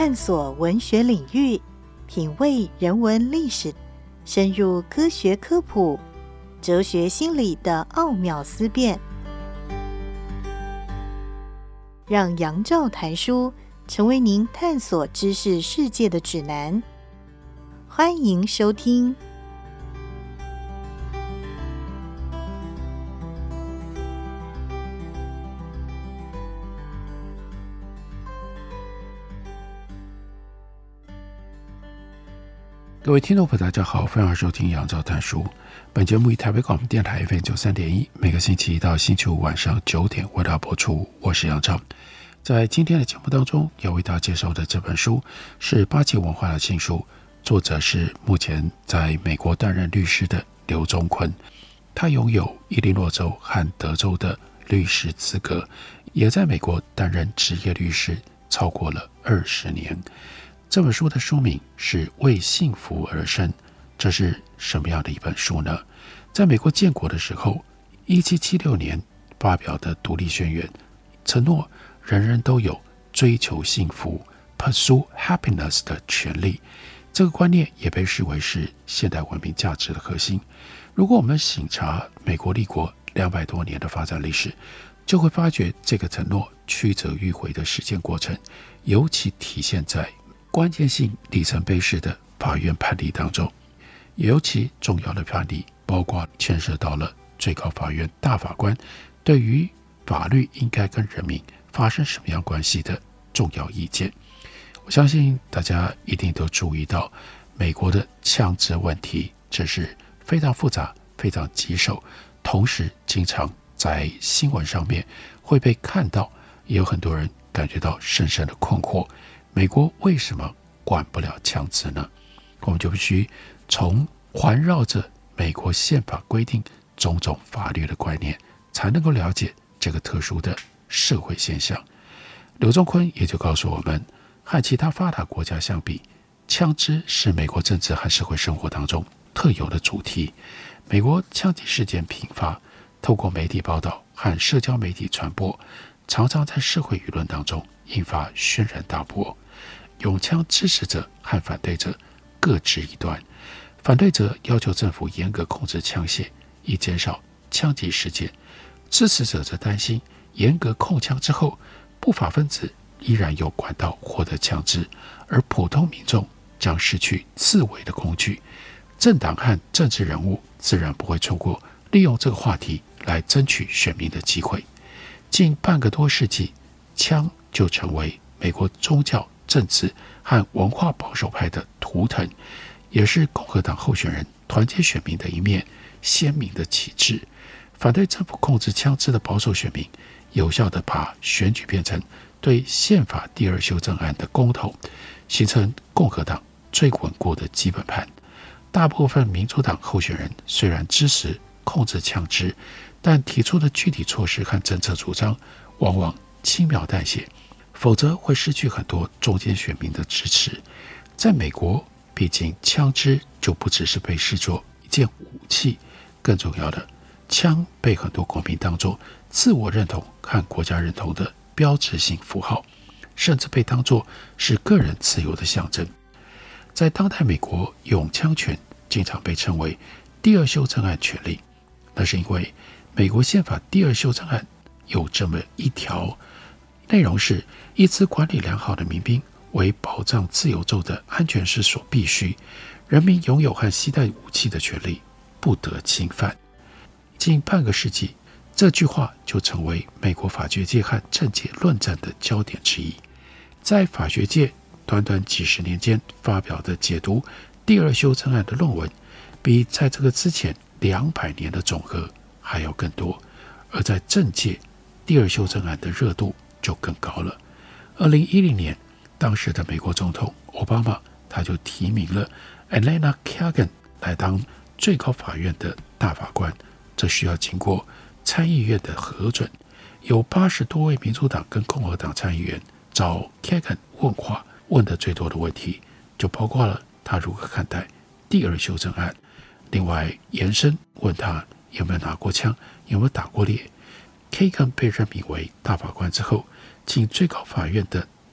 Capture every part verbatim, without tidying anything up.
探索文学领域，品味人文历史，深入科学科普、哲学心理的奥妙思辨，让杨照谈书成为您探索知识世界的指南。欢迎收听。 各位听众朋友大家好，欢迎收听杨照谈书。本节目以台北广播电台 F M 九十三点一，每个星期一到星期五晚上九点为大家播出。我是杨照。在今天的节目当中，要为大家介绍的这本书是八旗文化的新书，作者是目前在美国担任律师的刘宗坤。他拥有伊利诺州和德州的律师资格，也在美国担任职业律师超过了二十年。这本书的书名是《为幸福而生》，这是什么样的一本书呢？在美国建国的时候，一七七六年发表的独立宣言，承诺人人都有追求幸福 pursue happiness 的权利。这个观念也被视为是现代文明价值的核心。如果我们省察美国立国两百多年的发展历史，就会发觉这个承诺曲折迂回的实践过程，尤其体现在关键性里程碑式的法院判例当中。尤其重要的判例包括牵涉到了最高法院大法官对于法律应该跟人民发生什么样关系的重要意见。我相信大家一定都注意到美国的枪支问题，这是非常复杂非常棘手，同时经常在新闻上面会被看到，也有很多人感觉到深深的困惑，美国为什么管不了枪支呢？我们就必须从环绕着美国宪法规定种种法律的观念，才能够了解这个特殊的社会现象。刘宗坤也就告诉我们，和其他发达国家相比，枪支是美国政治和社会生活当中特有的主题。美国枪击事件频发，透过媒体报道和社交媒体传播，常常在社会舆论当中引发轩然大波。拥枪支持者和反对者各执一端，反对者要求政府严格控制枪械，以减少枪击事件；支持者则担心严格控枪之后，不法分子依然有管道获得枪支，而普通民众将失去自卫的工具。政党和政治人物自然不会错过利用这个话题来争取选民的机会。近半个多世纪，枪就成为美国宗教、政治和文化保守派的图腾，也是共和党候选人团结选民的一面鲜明的旗帜。反对政府控制枪支的保守选民，有效地把选举变成对宪法第二修正案的公投，形成共和党最稳固的基本盘。大部分民主党候选人虽然支持控制枪支，但提出的具体措施和政策主张往往轻描淡写，否则会失去很多中间选民的支持。在美国，毕竟枪支就不只是被视作一件武器，更重要的，枪被很多国民当作自我认同和国家认同的标志性符号，甚至被当作是个人自由的象征。在当代美国，拥枪权经常被称为第二修正案权利，那是因为美国宪法第二修正案有这么一条，内容是一支管理良好的民兵为保障自由州的安全是所必须，人民拥有和携带武器的权利不得侵犯。近半个世纪，这句话就成为美国法学界和政界论战的焦点之一。在法学界短短几十年间发表的解读第二修正案的论文，比在这个之前两百年的总和还要更多。而在政界，第二修正案的热度就更高了。二零一零年，当时的美国总统奥巴马他就提名了 Elena Kagan 来当最高法院的大法官，这需要经过参议院的核准。有八十多位民主党跟共和党参议员找 Kagan 问话，问的最多的问题就包括了他如何看待第二修正案，另外延伸问他有没有拿过枪，有没有打过猎。Kagan 被任命为大法官之后，请最高法院的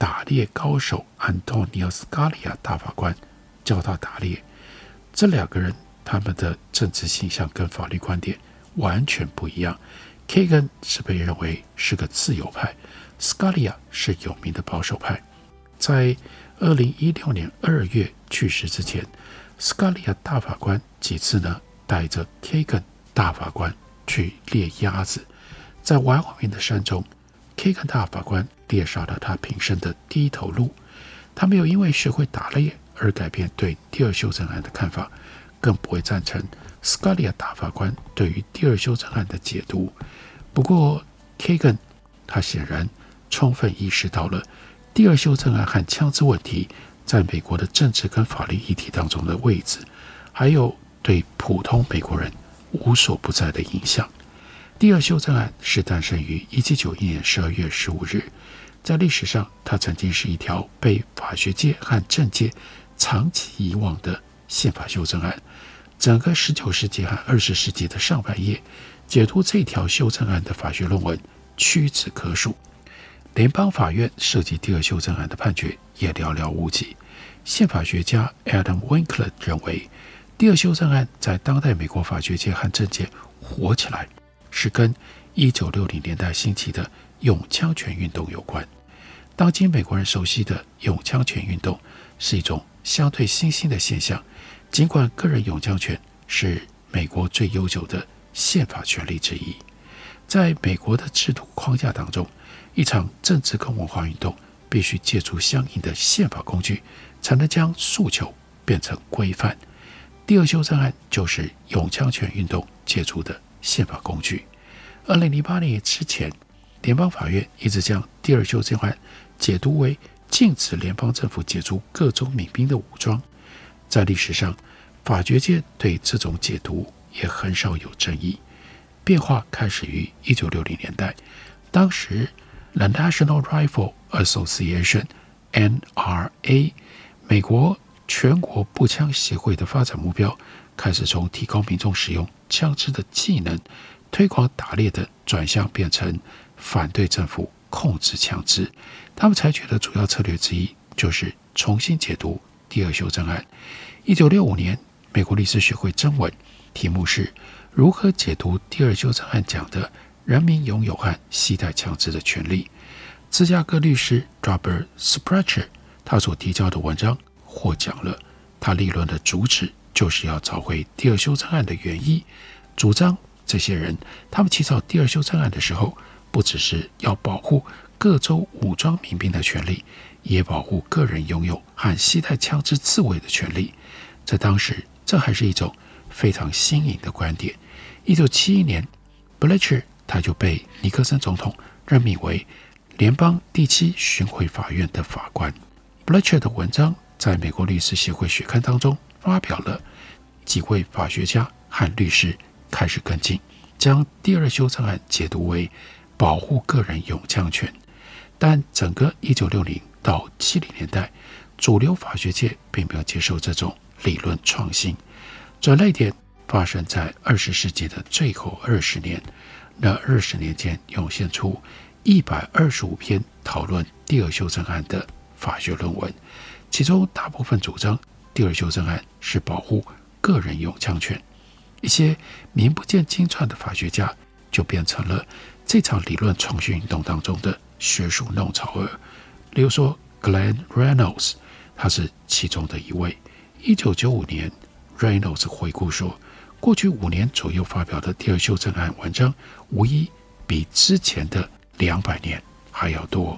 打猎高手 Antonio Scalia 大法官教他打猎。这两个人他们的政治倾向跟法律观点完全不一样。Kagan 是被认为是个自由派， Scalia 是有名的保守派。在二零一六年二月去世之前， Scalia 大法官几次呢带着 Kagan 大法官去猎鸭子。在怀俄明的山中， Kagan 大法官猎杀了他平生的第一头鹿。他没有因为学会打猎而改变对第二修正案的看法，更不会赞成 Scalia 大法官对于第二修正案的解读。不过 Kagan 他显然充分意识到了第二修正案和枪支问题在美国的政治跟法律议题当中的位置，还有对普通美国人无所不在的影响。第二修正案是诞生于一七九一年十二月十五日，在历史上它曾经是一条被法学界和政界长期遗忘的宪法修正案。整个十九世纪和二十世纪的上半叶，解读这条修正案的法学论文屈指可数。联邦法院涉及第二修正案的判决也寥寥无几。宪法学家 Adam Winkler 认为，第二修正案在当代美国法学界和政界火起来，是跟一九六零年代兴起的拥枪权运动有关。当今美国人熟悉的拥枪权运动是一种相对新兴的现象，尽管个人拥枪权是美国最悠久的宪法权利之一。在美国的制度框架当中，一场政治跟文化运动必须借助相应的宪法工具，才能将诉求变成规范。第二修正案就是拥枪权运动借助的宪法工具。二零零八年之前，联邦法院一直将第二修正案解读为禁止联邦政府解除各州民兵的武装。在历史上，法学界对这种解读也很少有争议。变化开始于一九六零年代，当时 The National Rifle Association N R A 美国全国步枪协会的发展目标开始从提高民众使用枪支的技能、推广打猎的转向变成反对政府控制枪支。他们采取的主要策略之一就是重新解读第二修正案。一九六五年，美国律师学会征文，题目是如何解读第二修正案讲的人民拥有和携带枪支的权利。芝加哥律师 Robert Sprecher 他所提交的文章获奖了。他立论的主旨就是要找回第二修正案的原意，主张这些人他们起草第二修正案的时候，不只是要保护各州武装民兵的权利，也保护个人拥有和携带枪支自卫的权利。在当时，这还是一种非常新颖的观点。一九七一年 Blecher 他就被尼克森总统任命为联邦第七巡回法院的法官。 Blecher 的文章在美国律师协会学刊当中发表了，几位法学家和律师开始跟进，将第二修正案解读为保护个人拥枪权。但整个一九六零到七零年代，主流法学界并没有接受这种理论创新。转捩点发生在二十世纪的最后二十年，那二十年间涌现出一百二十五篇讨论第二修正案的法学论文，其中大部分主张第二修正案是保护个人拥枪权。一些名不见经传的法学家就变成了这场理论创新运动当中的学术弄潮儿。例如说 Glenn Reynolds 他是其中的一位。一九九五年 Reynolds 回顾说，过去五年左右发表的第二修正案文章无疑比之前的两百年还要多。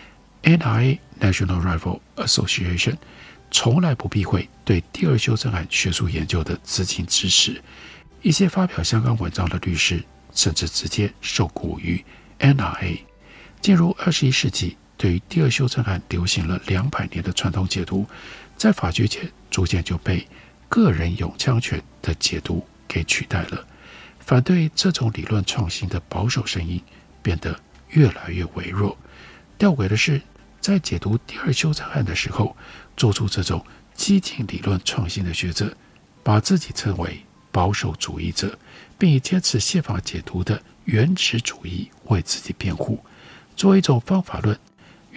N R A National Rifle Association 从来不避讳对第二修正案学术研究的资金支持，一些发表相关文章的律师甚至直接受雇于 N R A。 进入二十一世纪，对于第二修正案流行了两百年的传统解读，在法学界逐渐就被个人拥枪权的解读给取代了。反对这种理论创新的保守声音变得越来越微弱。吊诡的是，在解读第二修正案的时候，做出这种激进理论创新的学者把自己称为保守主义者，并以坚持宪法解读的原始主义为自己辩护。作为一种方法论，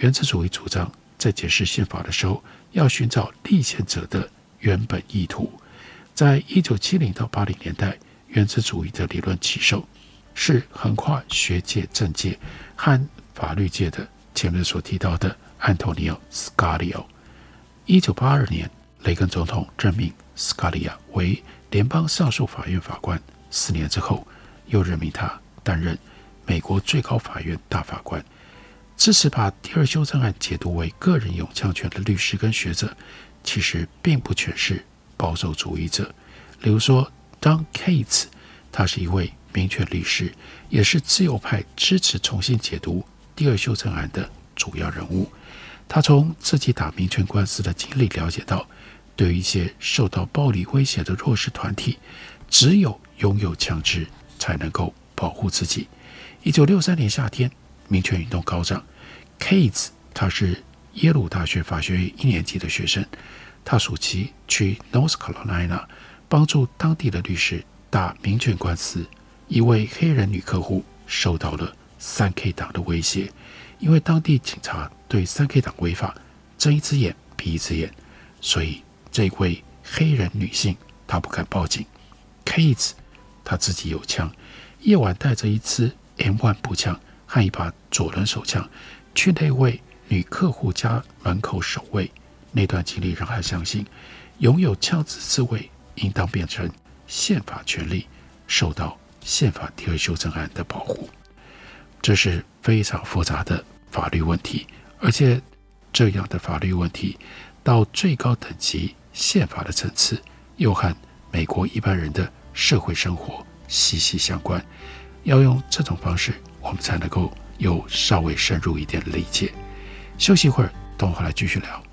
原子主义主张在解释宪法的时候，要寻找立宪者的原本意图。在一九七零到八零年代，原子主义的理论起手，是横跨学界、政界和法律界的前面所提到的安东尼奥·斯卡利奥。一九八二年，雷根总统任命斯卡利亚为联邦上诉法院法官，四年之后又任命他担任美国最高法院大法官。支持把第二修正案解读为个人拥枪权的律师跟学者，其实并不全是保守主义者。例如说 Don Cates， 他是一位民权律师，也是自由派支持重新解读第二修正案的主要人物。他从自己打民权官司的经历了解到，对于一些受到暴力威胁的弱势团体，只有拥有枪支才能够保护自己。一九六三年夏天，民权运动高涨， Cates 他是耶鲁大学法学院一年级的学生，他暑期去 North Carolina 帮助当地的律师打民权官司。一位黑人女客户受到了 三 K 党的威胁，因为当地警察对 三 K 党违法睁一只眼闭一只眼，所以这位黑人女性她不敢报警。 Cates 她自己有枪，夜晚带着一支 M 一 步枪和一把左轮手枪去那位女客户家门口守卫。那段经历让他相信，拥有枪支自卫应当变成宪法权利，受到宪法第二修正案的保护。这是非常复杂的法律问题，而且这样的法律问题到最高等级宪法的层次，又和美国一般人的社会生活息息相关。要用这种方式，我们才能够有稍微深入一点的理解。休息一会儿，等我回来继续聊。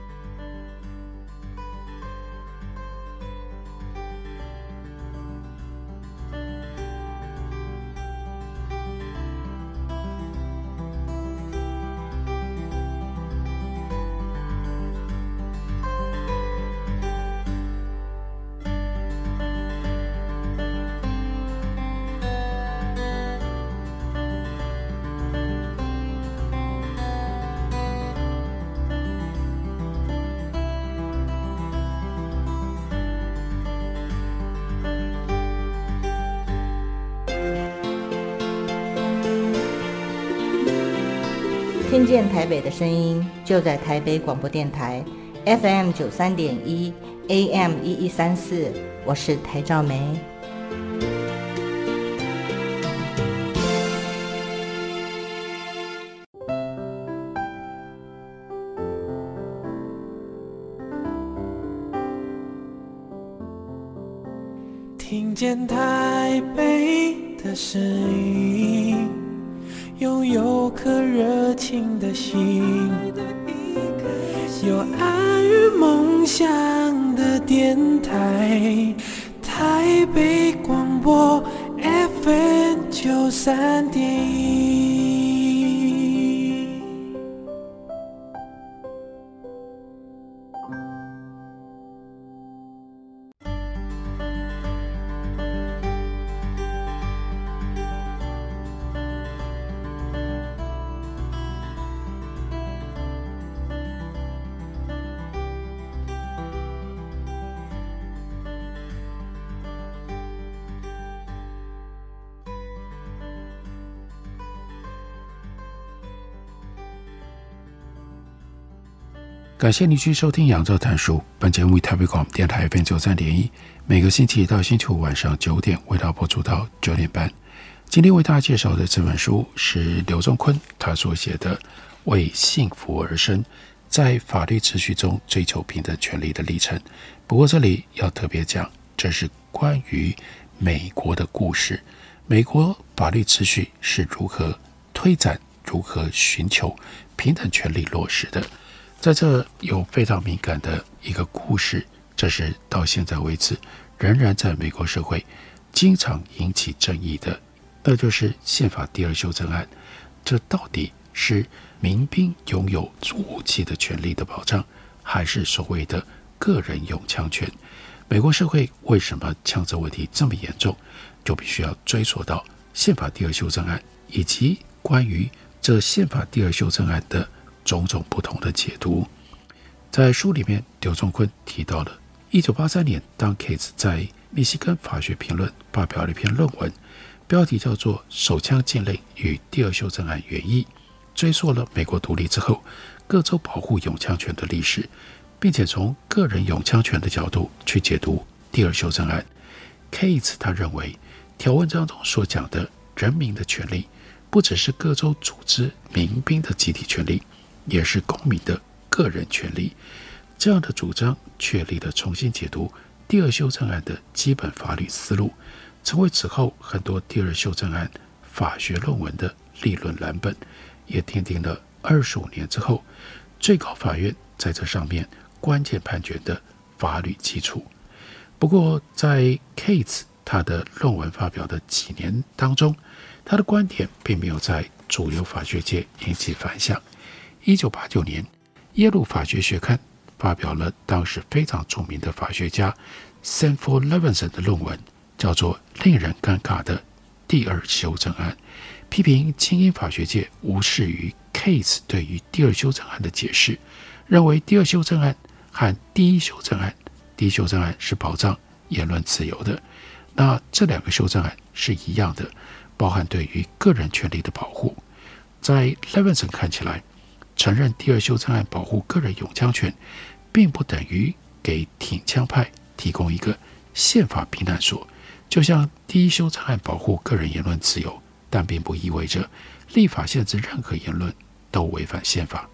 听见台北的声音，就在台北广播电台 F M 九十三点一 A M 一一三四，我是台兆梅。 听见台北的声音，拥有颗热情的心，有爱与梦想的电台，台北广播 F M 九十三点一。 感谢您继续收听杨照谈书，本节目以台北广播电台 F M 九十三点一，每个星期一到星期五晚上九点为大家播出到九点半。今天为大家介绍的这本书是刘仲昆他所写的《为幸福而生：在法律秩序中追求平等权利的历程》。不过这里要特别讲，这是关于美国的故事，美国法律秩序是如何推展、如何寻求平等权利落实的。在这有非常敏感的一个故事，这是到现在为止仍然在美国社会经常引起争议的，那就是宪法第二修正案。这到底是民兵拥有武器的权利的保障，还是所谓的个人拥枪权？美国社会为什么枪支问题这么严重，就必须要追溯到宪法第二修正案，以及关于这宪法第二修正案的种种不同的解读。在书里面，刘仲昆提到了一九八三年，当 Cates 在密西根法学评论发表了一篇论文，标题叫做《手枪禁令与第二修正案原意》，追溯了美国独立之后各州保护拥枪权的历史，并且从个人拥枪权的角度去解读第二修正案。 Cates 他认为条文当中所讲的人民的权利，不只是各州组织民兵的集体权利，也是公民的个人权利。这样的主张确立了重新解读第二修正案的基本法律思路，成为此后很多第二修正案法学论文的立论蓝本，也奠定了二十五年之后最高法院在这上面关键判决的法律基础。不过在 Cates 他的论文发表的几年当中，他的观点并没有在主流法学界引起反响。一九八九年，耶鲁法学学刊发表了当时非常著名的法学家 Sanford Levinson 的论文，叫做《令人尴尬的第二修正案》，批评精英法学界无视于 Cates 对于第二修正案的解释，认为第二修正案和第一修正案，第一修正案是保障言论自由的，那这两个修正案是一样的，包含对于个人权利的保护。在 Levinson 看起来，承认第二修正案保护个人拥枪权，并不等于给挺枪派提供一个宪法避难所，就像第一修正案保护个人言论自由，但并不意味着立法限制任何言论都违反宪法。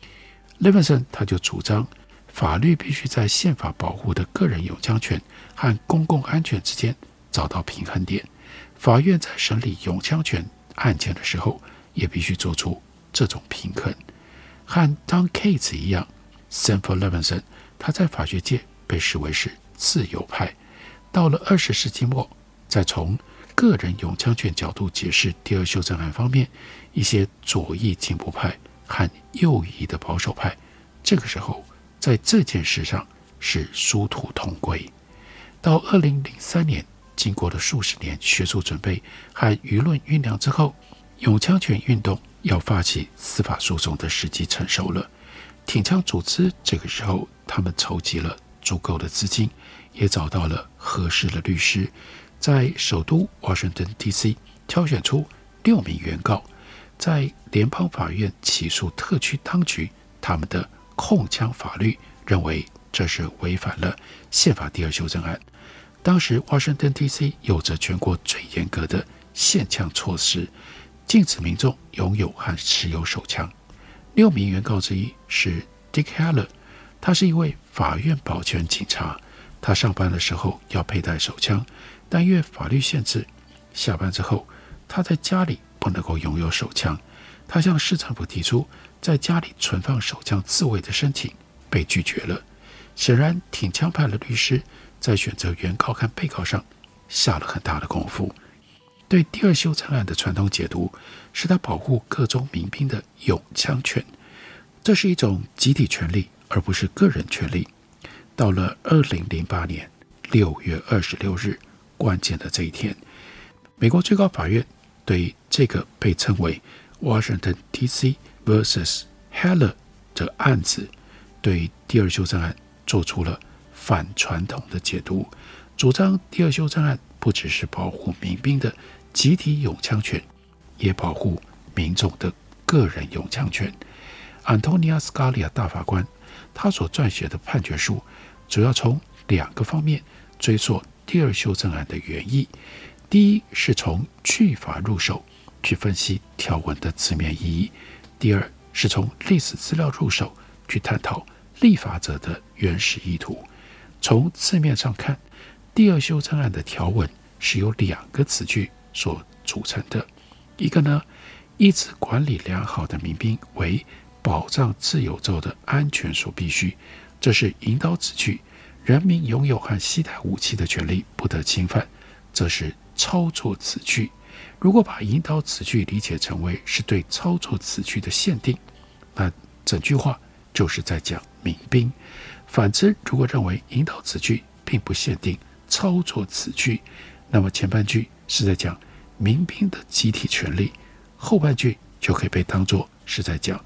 Levinson 他就主张法律必须在宪法保护的个人拥枪权和公共安全之间找到平衡点，法院在审理拥枪权案件的时候也必须做出这种平衡。和当 Cates 一样， Sanford Levinson 他在法学界被视为是自由派，到了二十世纪末，在从个人拥枪权角度解释第二修正案方面，一些左翼进步派和右翼的保守派这个时候在这件事上是殊途同归。到二零零三年，经过了数十年学术准备和舆论酝酿之后，拥枪权运动要发起司法诉讼的时机成熟了。挺枪组织这个时候他们筹集了足够的资金，也找到了合适的律师，在首都 Washington D C 挑选出六名原告，在联邦法院起诉特区当局他们的控枪法律，认为这是违反了宪法第二修正案。当时 Washington D C 有着全国最严格的限枪措施，禁止民众拥有和持有手枪。六名原告之一是 Dick Heller， 他是一位法院保全警察，他上班的时候要佩戴手枪，但因为法律限制，下班之后他在家里不能够拥有手枪。他向市政府提出在家里存放手枪自卫的申请，被拒绝了。显然挺枪派的律师在选择原告和被告上下了很大的功夫。对第二修正案的传统解读是他保护各州民兵的拥枪权，这是一种集体权利而不是个人权利。到了二零零八年六月二十六日，关键的这一天，美国最高法院对这个被称为 Washington D C versus Heller 的案子，对第二修正案做出了反传统的解读，主张第二修正案不只是保护民兵的集体拥枪权，也保护民众的个人拥枪权。Antonia Scalia 大法官他所撰写的判决书主要从两个方面追溯第二修正案的原意。第一是从句法入手去分析条文的字面意义，第二是从历史资料入手去探讨立法者的原始意图。从字面上看，第二修正案的条文是由两个词句所组成的，一个呢，以此管理良好的民兵为保障自由州的安全所必须，这是引导子句，人民拥有和携带武器的权利不得侵犯，这是操作子句。如果把引导子句理解成为是对操作子句的限定，那整句话就是在讲民兵。反之，如果认为引导子句并不限定操作子句，那么前半句是在讲民兵的集体权利，后半句就可以被当作是在讲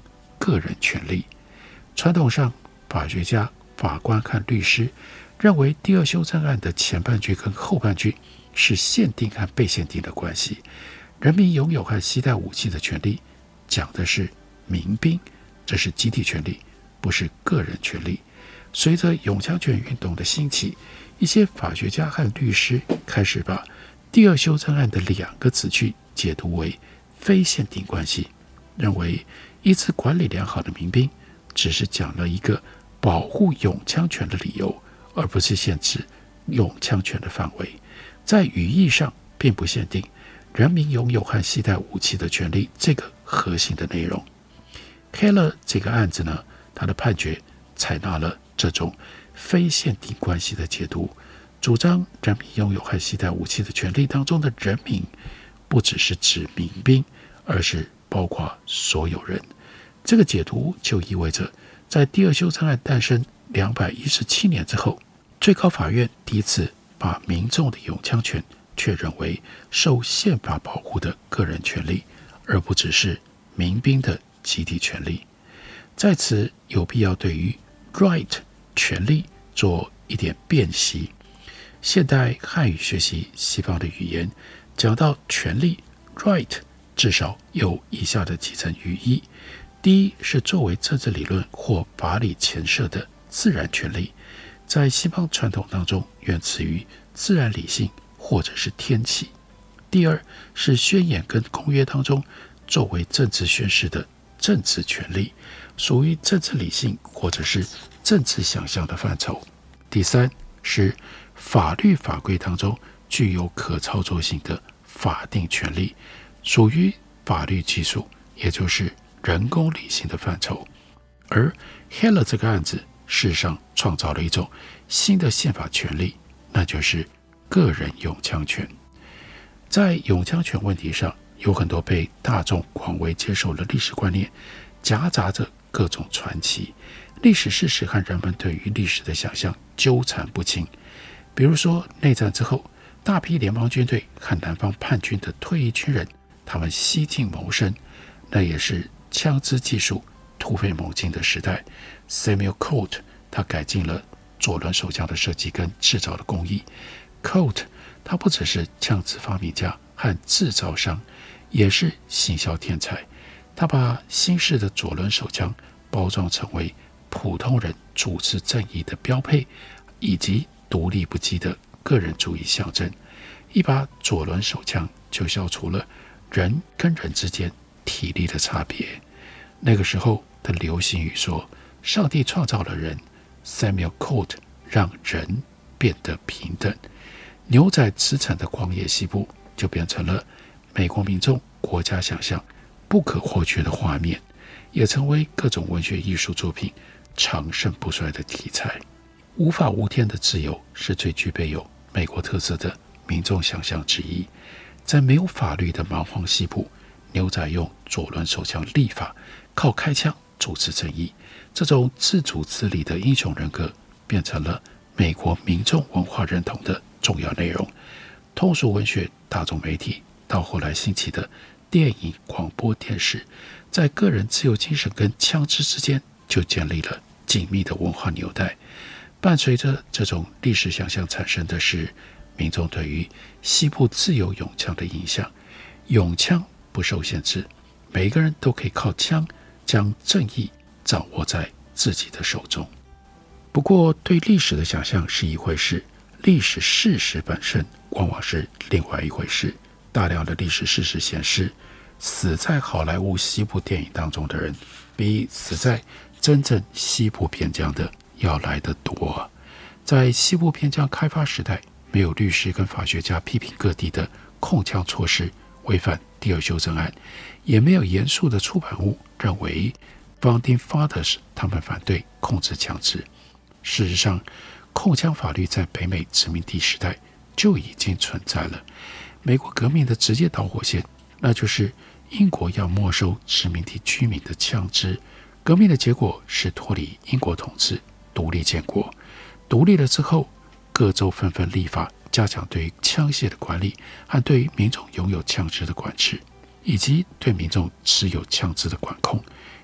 个人权利。传统上，法学家、法官和律师认为第二修正案的前半句跟后半句是限定和被限定的关系。人民拥有和携带武器的权利讲的是民兵，这是集体权利，不是个人权利。随着拥枪权运动的兴起，一些法学家和律师开始把第二修正案的两个词句解读为非限定关系，认为一次管理良好的民兵只是讲了一个保护拥枪权的理由，而不是限制拥枪权的范围，在语义上并不限定人民拥有和携带武器的权利这个核心的内容。Heller 这个案子呢，他的判决采纳了这种非限定关系的解读，主张人民拥有和携带武器的权利当中的人民不只是指民兵，而是包括所有人。这个解读就意味着，在第二修正案诞生两百一十七年之后，最高法院第一次把民众的拥枪权确认为受宪法保护的个人权利，而不只是民兵的集体权利。在此有必要对于 right 权利做一点辨析。现代汉语学习西方的语言，讲到权利 right 至少有以下的几层语义。第一是作为政治理论或法理前设的自然权利，在西方传统当中源自于自然理性或者是天启。第二是宣言跟公约当中作为政治宣示的政治权利，属于政治理性或者是政治想象的范畴。第三是法律法规当中具有可操作性的法定权利，属于法律技术，也就是人工理性的范畴。而 Heller 这个案子事实上创造了一种新的宪法权利，那就是个人拥枪权。在拥枪权问题上，有很多被大众广为接受的历史观念，夹杂着各种传奇，历史事实和人们对于历史的想象纠缠不清。比如说，内战之后，大批联邦军队和南方叛军的退役军人，他们西进谋生，那也是枪支技术突飞猛进的时代。 Samuel Colt 他改进了左轮手枪的设计跟制造的工艺。 Colt 他不只是枪支发明家和制造商，也是行销天才。他把新式的左轮手枪包装成为普通人主持正义的标配，以及独立不羁的个人主义象征。一把左轮手枪就消除了人跟人之间体力的差别。那个时候的流行语说，上帝创造了人， Samuel Colt 让人变得平等。牛仔驰骋的狂野西部就变成了美国民众国家想象不可或缺的画面，也成为各种文学艺术作品长盛不衰的题材。无法无天的自由是最具备有美国特色的民众想象之一。在没有法律的蛮荒西部，牛仔用左轮手枪立法，靠开枪主持正义。这种自主自立的英雄人格变成了美国民众文化认同的重要内容。通俗文学、大众媒体到后来兴起的电影、广播电视，在个人自由精神跟枪支之间就建立了紧密的文化纽带。伴随着这种历史想象产生的是民众对于西部自由拥枪的印象。拥枪不受限制，每个人都可以靠枪将正义掌握在自己的手中。不过，对历史的想象是一回事，历史事实本身往往是另外一回事。大量的历史事实显示，死在好莱坞西部电影当中的人，比死在真正西部边疆的要来得多。在西部边疆开发时代，没有律师跟法学家批评各地的控枪措施违反第二修正案，也没有严肃的出版物认为 Founding Fathers 他们反对控制枪支。事实上，控枪法律在北美殖民地时代就已经存在了。美国革命的直接导火线，那就是英国要没收殖民地居民的枪支。革命的结果是脱离英国统治，独立建国。独立了之后，各州纷纷立法，加强对于枪械的管理和对于民众拥有枪支的管制，以及对民众持有枪支的管控。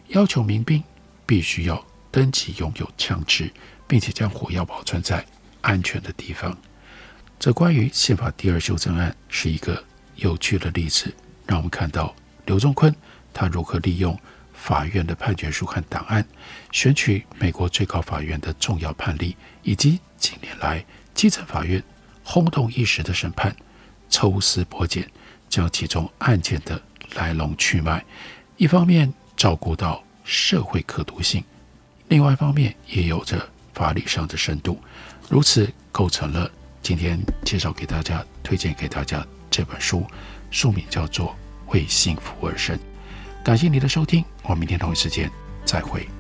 要求民兵必须要登记拥有枪支，并且将火药保存在安全的地方。这关于宪法第二修正案是一个有趣的例子，让我们看到刘仲昆他如何利用法院的判决书和档案，选取美国最高法院的重要判例，以及近年来基层法院轰动一时的审判，抽丝剥茧，将其中案件的来龙去脉，一方面照顾到社会可读性，另外一方面也有着法理上的深度，如此构成了今天介绍给大家、推荐给大家这本书，书名叫做《为幸福而生》。感谢你的收听，我们明天同一时间再会。